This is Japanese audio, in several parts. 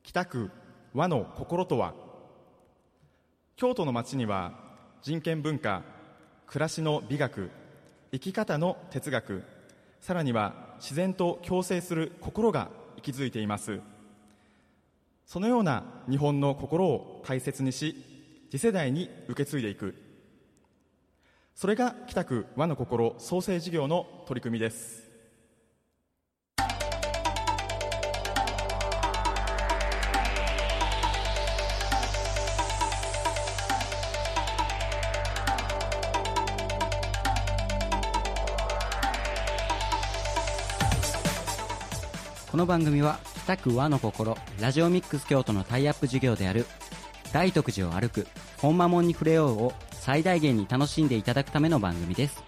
北区和の心とは。京都の町には人権文化、暮らしの美学、生き方の哲学、さらには自然と共生する心が息づいています。そのような日本の心を大切にし、次世代に受け継いでいく、それが北区和の心創生事業の取り組みです。 この番組は北区和の心ラジオミックス京都のタイアップ事業である大徳寺を歩く本間門に触れようを最大限に楽しんでいただくための番組です。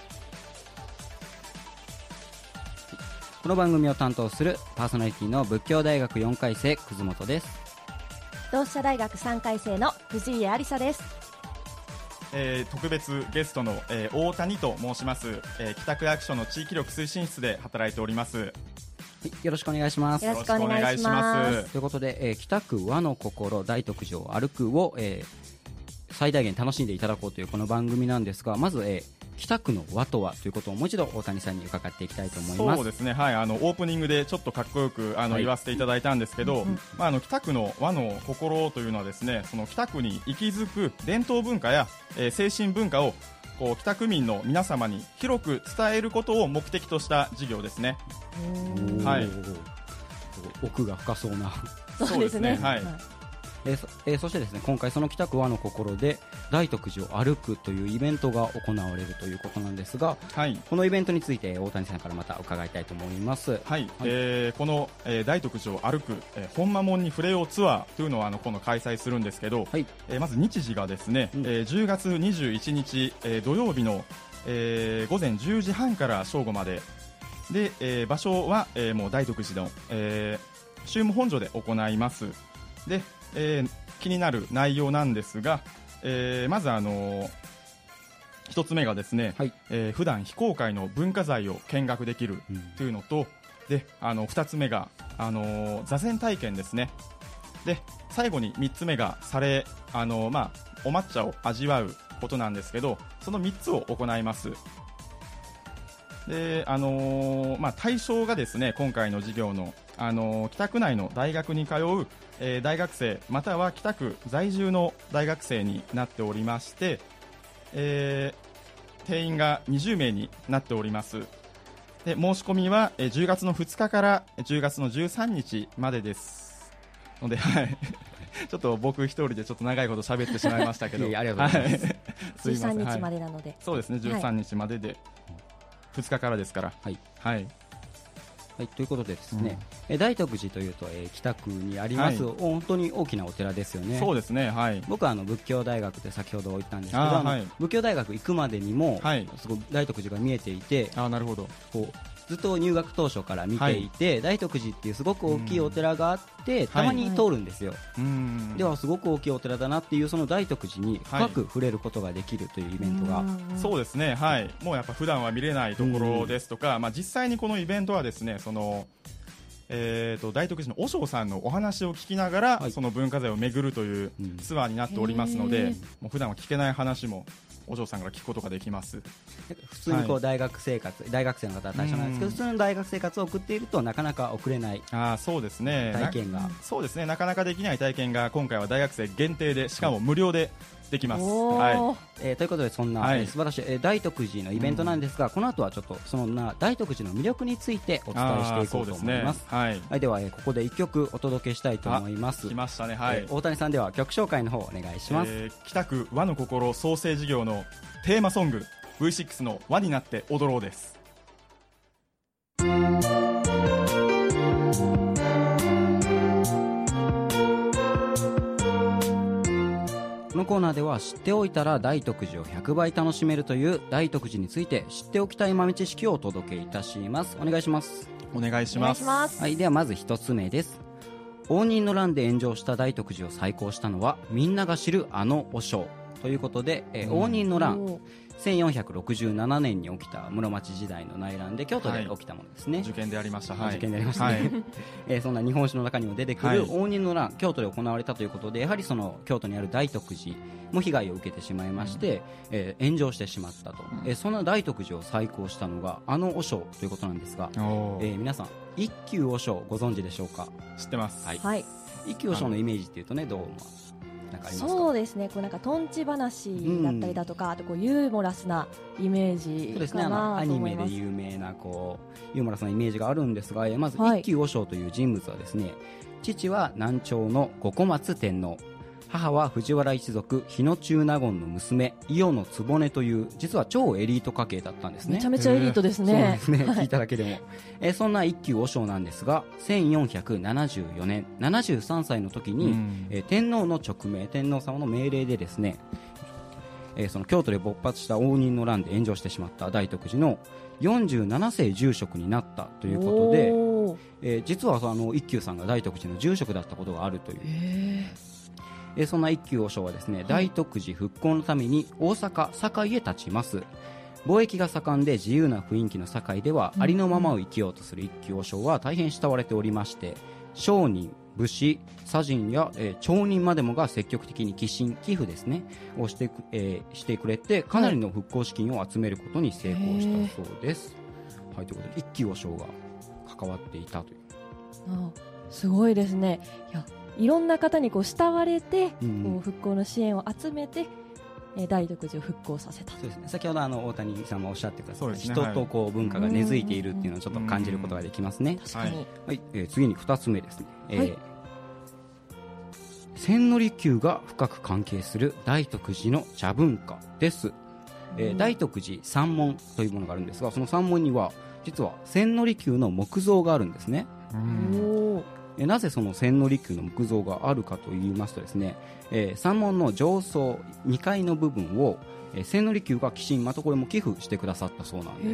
この番組を担当するパーソナリティの仏教大学4回生葛本です。 同志社大学3回生の藤井有沙です。 特別ゲストの、大谷と申します。北区役所の地域力推進室で働いております。 よろしくお願いします。 よろしくお願いします。 ということで、北区和の心大徳寺を歩くを、最大限楽しんでいただこうというこの番組なんですが、まず、北区の和とはということをもう一度大谷さんに伺っていきたいと思います。 そうですね、はい、オープニングでちょっとかっこよく言わせていただいたんですけど、北区の和の心というのはですね、その北区に息づく伝統文化や、精神文化をこう北区民の皆様に広く伝えることを目的とした事業ですね。はい、 奥が深そうなそうですね。はい。 そしてですね、今回その北区和の心で大徳寺を歩くというイベントが行われるということなんですが、はい、このイベントについて大谷さんからまた伺いたいと思います。 はい、この、大徳寺を歩く、本間門に触れようツアーというのを今度開催するんですけど、はい、まず日時がですね、10月21日、土曜日の、午前10時半から正午までで、場所は、もう大徳寺の、宗務本所で行います。で、気になる内容なんですが、まず一つ目がですね、はい、普段非公開の文化財を見学できるというのと、で二つ目が座禅体験ですね。で最後に三つ目がお抹茶を味わうことなんですけど、その三つを行います。で対象がですね、今回の授業の、北区内の大学に通う、大学生または北区在住の大学生になっておりまして、定員が20名になっております。で申し込みは、10月の2日から10月の13日までですので、はい、ちょっと僕一人でちょっと長いこと喋ってしまいましたけどありがとうございます、 すいません、13日までなので、 そうですね、13日までで、2日からですから、 はいはいはい、ということでですね、大徳寺というと、北区にあります、はい、本当に大きなお寺ですよね。 そうですね、はい、 僕は仏教大学で先ほど言ったんですけど、はい、仏教大学行くまでにも、はい、すごい大徳寺が見えていて、 なるほど、 こうずっと入学当初から見ていて、はい、大徳寺っていうすごく大きいお寺があって、たまに通るんですよ、はい、ではすごく大きいお寺だなっていうその大徳寺に深く触れることができるというイベントが、 そうですね、はい、もうやっぱ普段は見れないところですとか、実際にこのイベントはですね、大徳寺の和尚さんのお話を聞きながら、はい、その文化財を巡るというツアーになっておりますので、もう普段は聞けない話もお嬢さんから聞くことができます。 普通にこう大学生活、はい、大学生の方は対象なんですけど、普通の大学生活を送っているとなかなか送れないそうですね、 体験が、 そうですね、なかなかできない体験が今回は大学生限定で、しかも無料でできます。はい、 ということでそんな、素晴らしい、大徳寺のイベントなんですが、この後はちょっとそんな大徳寺の魅力についてお伝えしていこうと思います。はい、では、ここで1曲お届けしたいと思います。 来ましたね、はい、 大谷さんでは曲紹介の方お願いします。 北区和の心創生事業のテーマソング V6 の和になって踊ろうです。 このコーナーでは知っておいたら大徳寺を100倍楽しめるという大徳寺について知っておきたい豆知識をお届けいたします。お願いします。 お願いします。 はい、ではまず一つ目です。応仁の乱で炎上した大徳寺を再興したのはみんなが知るあの和尚ということで、応仁の乱、1467年に起きた室町時代の内乱で京都で起きたものですね。 受験でありました。 受験でありましたね。そんな日本史の中にも出てくる応仁の乱、京都で行われたということで、やはりその京都にある大徳寺も被害を受けてしまいまして、炎上してしまったと。そんな大徳寺を再興したのが和尚ということなんですが、皆さん一休和尚ご存知でしょうか？ 知ってます。 はい。一休和尚のイメージっていうとね、どう思う？なんかありますか？ そうですね、こうなんかとんち話だったりだとか、あとこうユーモラスなイメージそうですね、 かなアと思います。 ニメで有名なこうユーモラスなイメージがあるんですが、まず一休和尚という人物はですね、父は南朝の五小松天皇、母は藤原一族日野中納言の娘伊予の局という実は超エリート家系だったんですね。 めちゃめちゃエリートですね。 そうですね、聞いただけでもそんな一休和尚なんですが、1474年73歳の時に、天皇の勅命、天皇様の命令でですね、その京都で勃発した応仁の乱で炎上してしまった大徳寺の47世住職になったということで、実は一休さんが大徳寺の住職だったことがあるという。そんな一休和尚はですね、大徳寺復興のために大阪堺へ立ちます。貿易が盛んで自由な雰囲気の堺では、ありのままを生きようとする一休和尚は大変慕われておりまして、商人、武士、茶人や、町人までもが積極的に寄進、寄付ですねをしてくれて、かなりの復興資金を集めることに成功したそうです。はい、ということで一休和尚が関わっていたという。 すごいですね。いろんな方にこう慕われて、こう復興の支援を集めて、大徳寺を復興させた。 そうですね、先ほど大谷さんもおっしゃってくださった、人とこう文化が根付いているっていうのをちょっと感じることができますね。 確かに。 はい、次に2つ目ですね、千利休が深く関係する大徳寺の茶文化です。大徳寺三門というものがあるんですが、その三門には実は千利休の木像があるんですね。なぜその千利休の木像があるかといいますとですね、三門の上層2階の部分を、千利休が寄進、またこれも寄付してくださったそうなんです。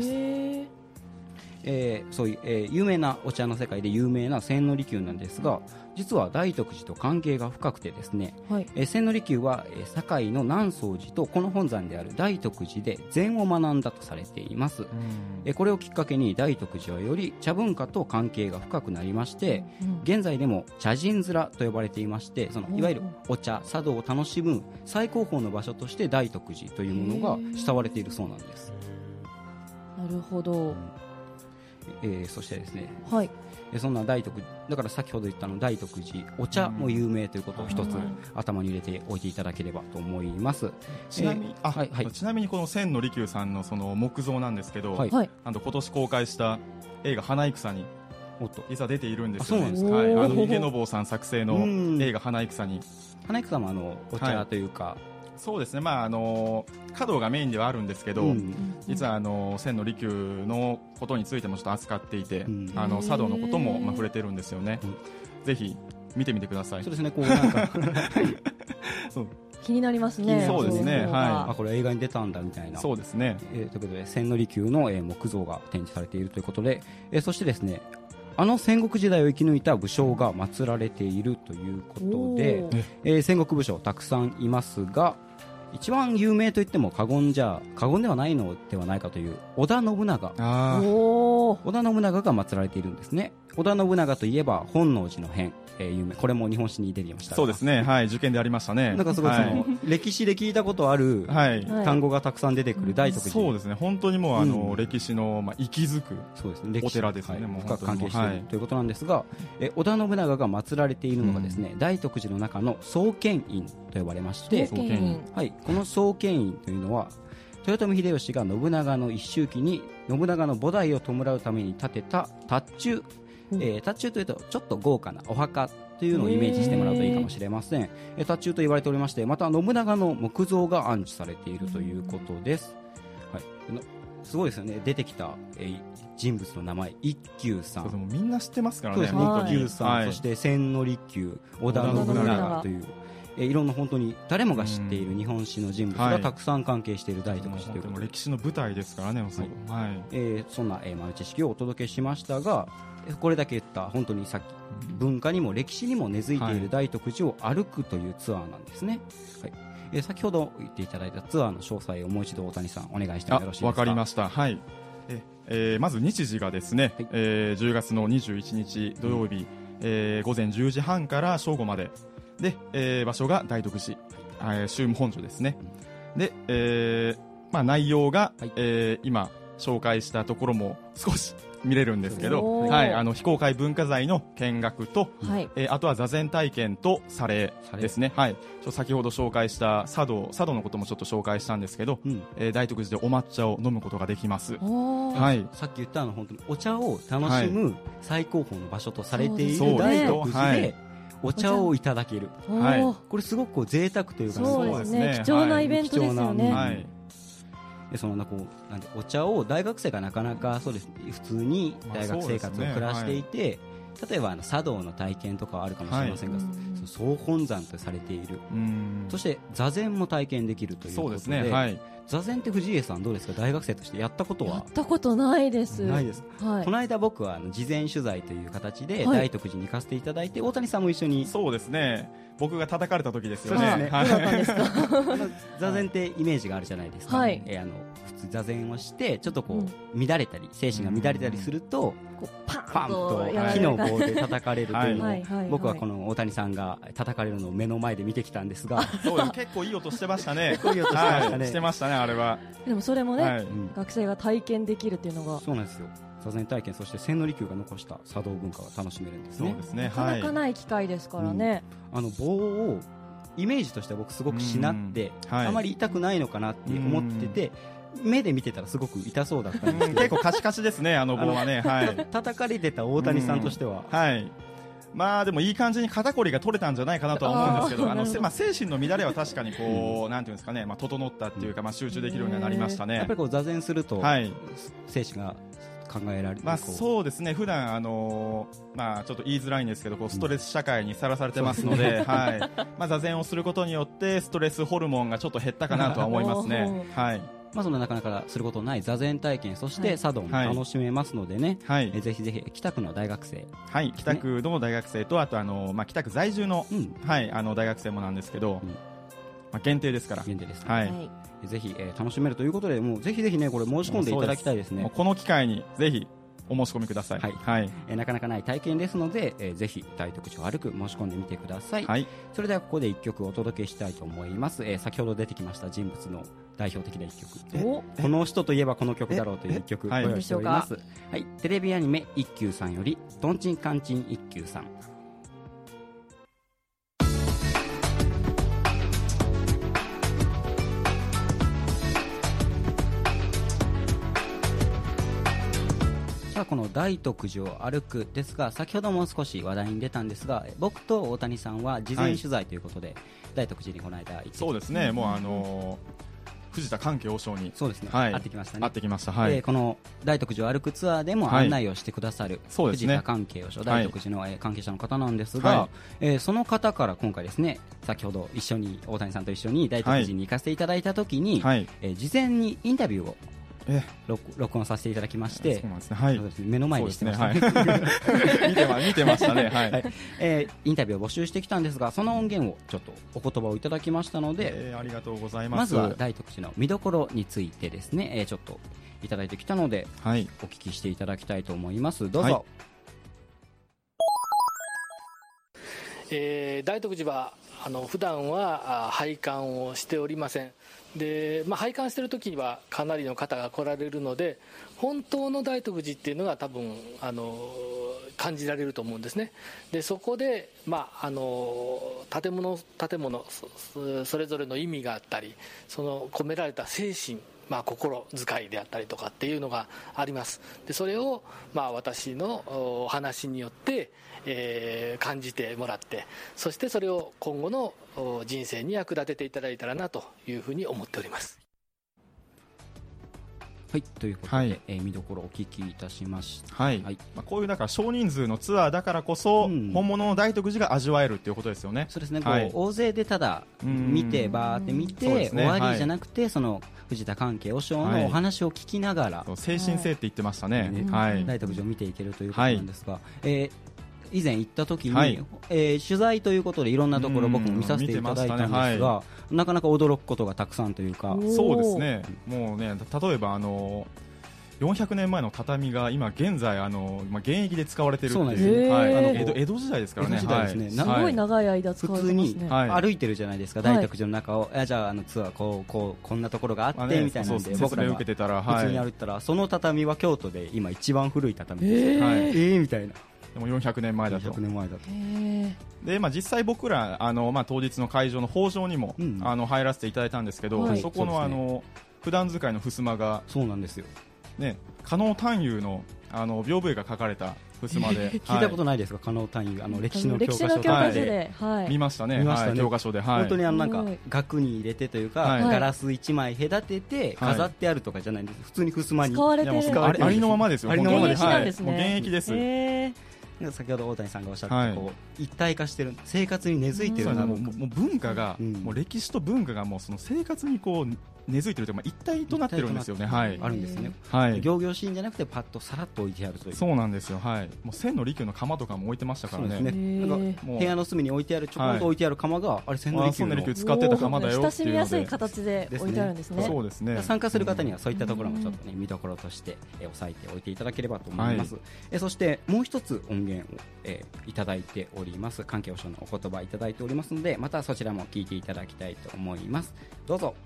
そういう、有名なお茶の世界で有名な千利休なんですが、実は大徳寺と関係が深くてですね、千利休は、堺の南宗寺とこの本山である大徳寺で禅を学んだとされています。これをきっかけに大徳寺はより茶文化と関係が深くなりまして、現在でも茶人面と呼ばれていまして、そのいわゆるお茶茶道を楽しむ最高峰の場所として大徳寺というものが慕われているそうなんです。 なるほど。 そしてですね、そんな大徳寺だから先ほど言った大徳寺お茶も有名ということを一つ頭に入れておいていただければと思います。 ちなみにこの千利休さんのその木像なんですけど、今年公開した映画花戦に実は出ているんですよね。池坊さん作成の映画花戦に。 花戦もお茶というか、 そうですね、華道がメインではあるんですけど、実は千利休のことについてもちょっと扱っていて、茶道のことも触れてるんですよね。ぜひ見てみてください。 そうですね、こうなんか気になりますね。 そうですね、 これ映画に出たんだみたいな。 そうですね。 ということで千利休の木像が展示されているということで、そしてですね、戦国時代を生き抜いた武将が祀られているということで、戦国武将たくさんいますが、一番有名といっても過言ではないのではないかという織田信長が祀られているんですね。織田信長といえば本能寺の変、有名、これも日本史に出ていました。 そうですね、受験でありましたね。 なんかすごい歴史で聞いたことある単語がたくさん出てくる大徳寺。 そうですね、本当にもう歴史の息づくお寺ですね。 深く関係しているということなんですが、織田信長が祀られているのがですね、大徳寺の中の創建院と呼ばれまして、この創建院というのは豊臣秀吉が信長の一周忌に信長の菩提を弔うために建てた塔頭、塔頭というとちょっと豪華なお墓というのをイメージしてもらうといいかもしれません。塔頭と言われておりまして、また信長の木像が安置されているということです。すごいですよね、出てきた、人物の名前、一休さん。 みんな知ってますからね。 一休さん、そして千利休、織田信長という、いろんな本当に誰もが知っている日本史の人物がたくさん関係している大徳寺ということで、 歴史の舞台ですからね。 そんな豆知識をお届けしましたが、これだけ言った本当にさっき文化にも歴史にも根付いている大徳寺を歩くというツアーなんですね。 先ほど言っていただいたツアーの詳細をもう一度大谷さんお願いしてもよろしいですか。 わかりました。はい。まず日時がですね、10月の21日土曜日、午前10時半から正午までで、場所が大徳寺、宗務本所ですね。で、内容が、今紹介したところも少し見れるんですけど、はい、非公開文化財の見学と、あとは座禅体験と茶礼ですね。はい、先ほど紹介した茶道のこともちょっと紹介したんですけど、大徳寺でお抹茶を飲むことができます。はい、 さっき言った本当にお茶を楽しむ最高峰の場所とされている大徳寺でお茶をいただける。はい、これすごく贅沢というか、 そうですね、貴重なイベントですよね。はい、 そのなんでお茶を大学生がなかなかそうです、普通に大学生活を暮らしていて、例えば茶道の体験とかはあるかもしれませんが、総本山とされている。そして座禅も体験できるということで、そうですね、はい、座禅って藤江さんどうですか、大学生としてやったことは。 やったことないです。 ないです、はい、この間僕は事前取材という形で大徳寺に行かせていただいて、大谷さんも一緒に。 そうですね、僕が叩かれた時ですよね。 どうだったんですか。 座禅ってイメージがあるじゃないですか。はい、普通座禅をしてちょっと乱れたり、精神が乱れたりすると、パンと木の棒で叩かれるというのを、僕はこの大谷さんが叩かれるのを目の前で見てきたんですが、 そうです、結構いい音してましたね。 いい音してましたね。 してましたね、あれは。 でもそれもね、学生が体験できるっていうのが。 そうなんですよ。座禅体験、そして千利休が残した茶道文化が楽しめるんですね。 そうですね、 なかなかない機会ですからね。 棒をイメージとしては僕すごくしなって、あまり痛くないのかなって思ってて、目で見てたらすごく痛そうだったんですけど、 結構カチカチですね、棒はね。はい、 叩かれてた大谷さんとしては、 はい、でもいい感じに肩こりが取れたんじゃないかなとは思うんですけど、精神の乱れは確かになんていうんですかね、整ったっていうか、集中できるようになりましたね。 やっぱり座禅すると、精神が考えられる。 そうですね、普段ちょっと言いづらいんですけど、ストレス社会にさらされてますので、座禅をすることによってストレスホルモンがちょっと減ったかなとは思いますね。はい、 そんななかなかすることない座禅体験、そして茶道も楽しめますのでね、ぜひぜひ北区の大学生、 北区の大学生と、あと北区在住の大学生もなんですけど、限定ですから。 限定です。はい。ぜひ楽しめるということで、もうぜひぜひね、これ申し込んでいただきたいですね。 この機会にぜひお申し込みください。はい。 なかなかない体験ですので、ぜひ大徳寺を歩く申し込んでみてください。はい。それではここで一曲お届けしたいと思います。先ほど出てきました人物の代表的な一曲。この人といえばこの曲だろうという一曲ご用意しております。はい。テレビアニメ一休さんよりとんちんかんちん一休さん。この大徳寺を歩くですが、先ほども少し話題に出たんですが、僕と大谷さんは事前取材ということで、大徳寺にこの間行って、 そうですね、もう藤田寛慶王将にそうですね、会ってきましたね。 会ってきました。はい。 この大徳寺を歩くツアーでも案内をしてくださる、藤田寛慶王将、大徳寺の関係者の方なんですが、その方から今回ですね、先ほど一緒に大谷さんと一緒に大徳寺に行かせていただいたときに、事前にインタビューを録音させていただきまして、 そうなんですね、はい、 目の前にしてましたね。 見てましたね。はい。 インタビューを募集してきたんですが、その音源をちょっとお言葉をいただきましたので、 ありがとうございます。 まずは大徳寺の見どころについてですね、ちょっといただいてきたので、お聞きしていただきたいと思います。どうぞ。 大徳寺は普段は拝観をしておりません。で、拝観している時にはかなりの方が来られるので、本当の大徳寺っていうのが多分感じられると思うんですね。でそこで、建物それぞれの意味があったり、その込められた精神、心遣いであったりとかっていうのがあります。でそれを、私のお話によって、感じてもらって、そしてそれを今後の人生に役立てていただいたらなというふうに思っております。 はい、ということで、見どころをお聞きいたしました。 こういうだから少人数のツアーだからこそ、本物の大徳寺が味わえるということですよね。 そうですね、大勢でただ見てバーって見て終わりじゃなくて、その藤田寛慶和尚のお話を聞きながら、 精神性って言ってましたね。 大徳寺を見ていけるということなんですが、 以前行った時に、取材ということでいろんなところ僕も見させていただいたんですが、なかなか驚くことがたくさんというか。 そうですね、もうね、例えば400年前の畳が今現在現役で使われているっていう、江戸時代ですからね。 すごい長い間使われてますね。 普通に歩いてるじゃないですか、大徳寺の中を。じゃあツアーこんなところがあってみたいなんで、僕らが普通に歩いたら、その畳は京都で今一番古い畳です。みたいな。 でも400年前だと。で、実際僕ら当日の会場の法場にも入らせていただいたんですけど、そこの普段使いの襖が、 そうなんですよね、加納探幽の屏風絵が描かれた襖で聞いたことないですか、加納探幽。歴史の教科書で見ましたね。教科書で本当になんか額に入れてというか、ガラス1枚隔てて飾ってあるとかじゃないんです。普通に襖に使われてる。 ありのままですよ。 ありのままです。 現役です。 先ほど大谷さんがおっしゃった一体化してる、生活に根付いてる。 もう文化が、もう歴史と文化がもうその生活に根付いてるというか、一体となってるんですよね。あるんですね。仰々しいんじゃなくてパッとさらっと置いてあるという。 そうなんですよ。もう千利休の釜とかも置いてましたからね。 部屋の隅に置いてある、ちょこんと置いてある釜が、あれ千利休使ってた釜だよっていうので、 親しみやすい形で置いてあるんですね。 そうですね。 参加する方にはそういったところもちょっと見どころとして押さえておいていただければと思います。そしてもう一つ音源をいただいております。関係和尚のお言葉いただいておりますので、またそちらも聞いていただきたいと思います。どうぞ。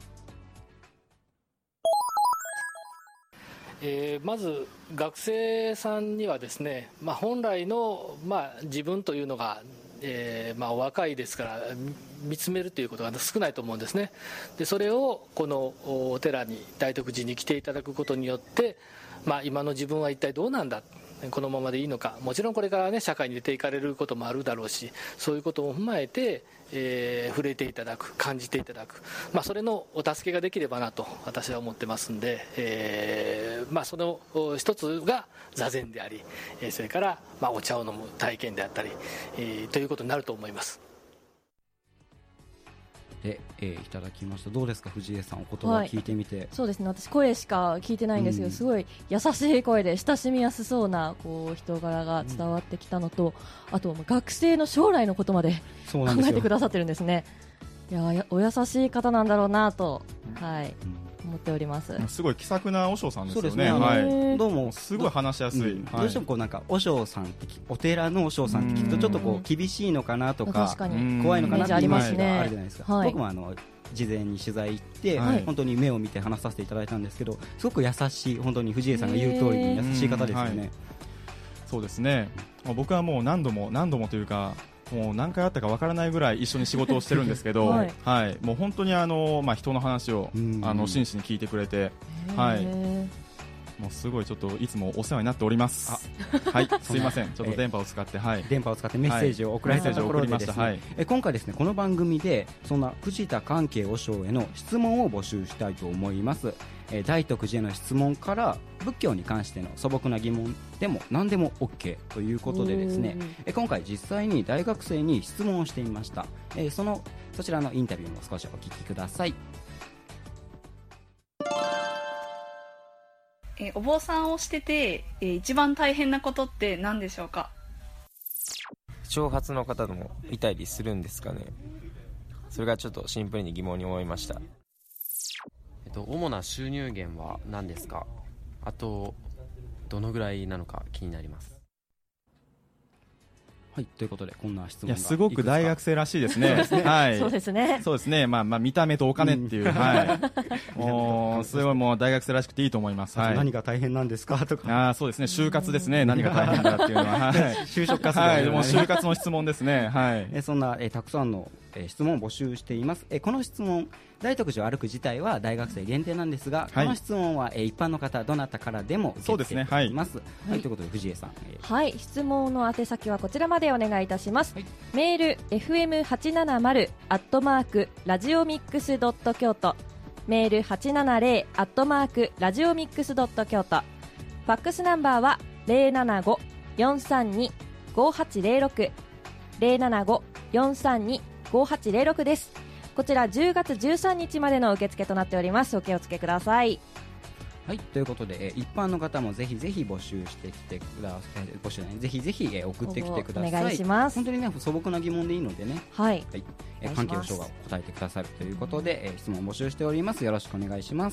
まず学生さんにはですね、本来の、自分というのが、お若いですから見つめるということが少ないと思うんですね。でそれをこのお寺に、大徳寺に来ていただくことによって、今の自分は一体どうなんだ、このままでいいのか、もちろんこれからね社会に出ていかれることもあるだろうし、そういうことを踏まえて、触れていただく、感じていただく、それのお助けができればなと私は思ってますんで、その一つが座禅であり、それからお茶を飲む体験であったり、ということになると思います。 でいただきました。どうですか、藤江さん、お言葉聞いてみて。 そうですね、私声しか聞いてないんですけど、すごい優しい声で親しみやすそうな人柄が伝わってきたのと、あと学生の将来のことまで考えてくださってるんですね。いや、お優しい方なんだろうなと、思っております。 すごい気さくな和尚さんですよね。 どうもすごい話しやすい。 どうしてもなんか和尚さんってお寺の和尚さんって聞くとちょっと厳しいのかなとか怖いのかなってイメージがあるじゃないですか。僕も事前に取材行って本当に目を見て話させていただいたんですけど、すごく優しい、本当に藤江さんが言う通りに優しい方ですよね。 そうですね。僕はもう何度もというか、もう何回あったかわからないぐらい一緒に仕事をしてるんですけど、もう本当に人の話を真摯に聞いてくれて、もうすごいちょっといつもお世話になっております。すいません、ちょっと電波を使って、 電波を使ってメッセージを送られたところでですね、今回ですね、この番組でそんな藤田関係和尚への質問を募集したいと思います。大徳寺への質問から仏教に関しての素朴な疑問でも何でも OK ということでですね、今回実際に大学生に質問をしてみました。そちらのインタビューも少しお聞きください。 お坊さんをしてて、一番大変なことって何でしょうか？ 長髪の方もいたりするんですかね。それがちょっとシンプルに疑問に思いました。 主な収入源は何ですか？あとどのぐらいなのか気になります。 はい、ということでこんな質問がすごく大学生らしいですね。 そうですね。 そうですね。見た目とお金っていう、もうすごいもう大学生らしくていいと思います。 何が大変なんですかとか。 そうですね。就活ですね。何が大変だっていうのは、 就職活動、 もう就活の質問ですね。 そんなたくさんの質問を募集しています。この質問、大徳寺を歩く自体は大学生限定なんですが、この質問は一般の方どなたからでも受け付けています。ということで藤江さん、 質問の宛先はこちらまでお願いいたします。メール fm870@radiomix.kyoto、メール870@radiomix.kyoto、ファックスナンバーは 075-432-5806 075-432-5806 です。こちら10月13日までの受付となっております。お気をつけください。 はい、ということで、一般の方もぜひぜひ募集してきてください。募集ね、ぜひぜひ、送ってきてください。 お願いします。 本当にね、素朴な疑問でいいのでね。 はい。 はい、環境省が答えてくださるということで、質問募集しております。よろしくお願いします。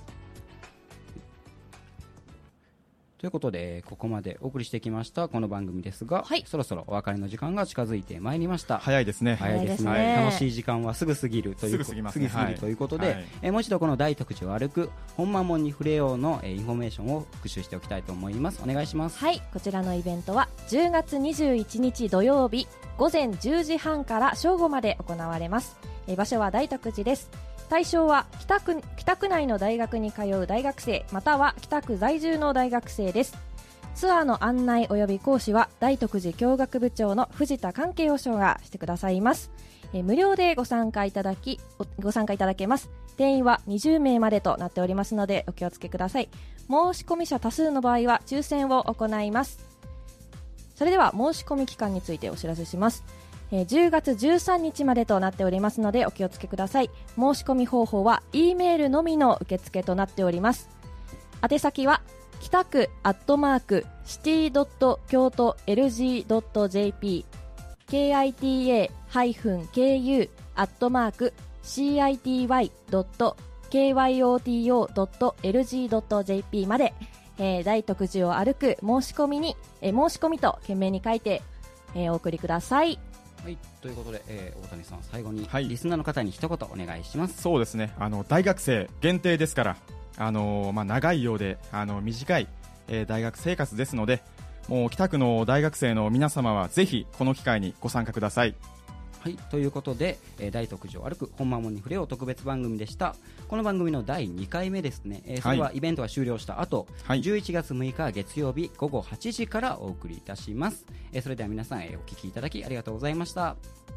ということで、ここまでお送りしてきましたこの番組ですが、はい、そろそろお別れの時間が近づいてまいりました。 早いですね。 早いですね。楽しい時間はすぐ過ぎるという、 過ぎますね、ということで、もう一度この大徳寺を歩く本間門に触れようの、インフォメーションを復習しておきたいと思います。お願いします。 はい、こちらのイベントは10月21日土曜日午前10時半から正午まで行われます。場所は大徳寺です。対象は北区内の大学に通う大学生または北区在住の大学生です。ツアーの案内及び講師は大徳寺教学部長の藤田寛慶和尚がしてくださいます。無料でご参加いただけます。定員は20名までとなっておりますのでお気をつけください。申し込み者多数の場合は抽選を行います。それでは申し込み期間についてお知らせします。10月13日までとなっておりますのでお気をつけください。申し込み方法は E メールのみの受付となっております。宛先は北区@city.kyoto.lg.jp kita-ku@city.kyoto.lg.jp まで、大徳寺を歩く申し込みと懸命に書いて、お送りください。 はい、ということで、大谷さん最後に、リスナーの方に一言お願いします。 そうですね、大学生限定ですから、長いようで短い、大学生活ですので、もう北区の大学生の皆様はぜひこの機会にご参加ください。 はい、ということで、大徳寺を歩く本間門に触れよう特別番組でした。この番組の第2回目ですね。それはイベントが終了した後、11月6日月曜日午後8時からお送りいたします。それでは皆さん、お聞きいただきありがとうございました。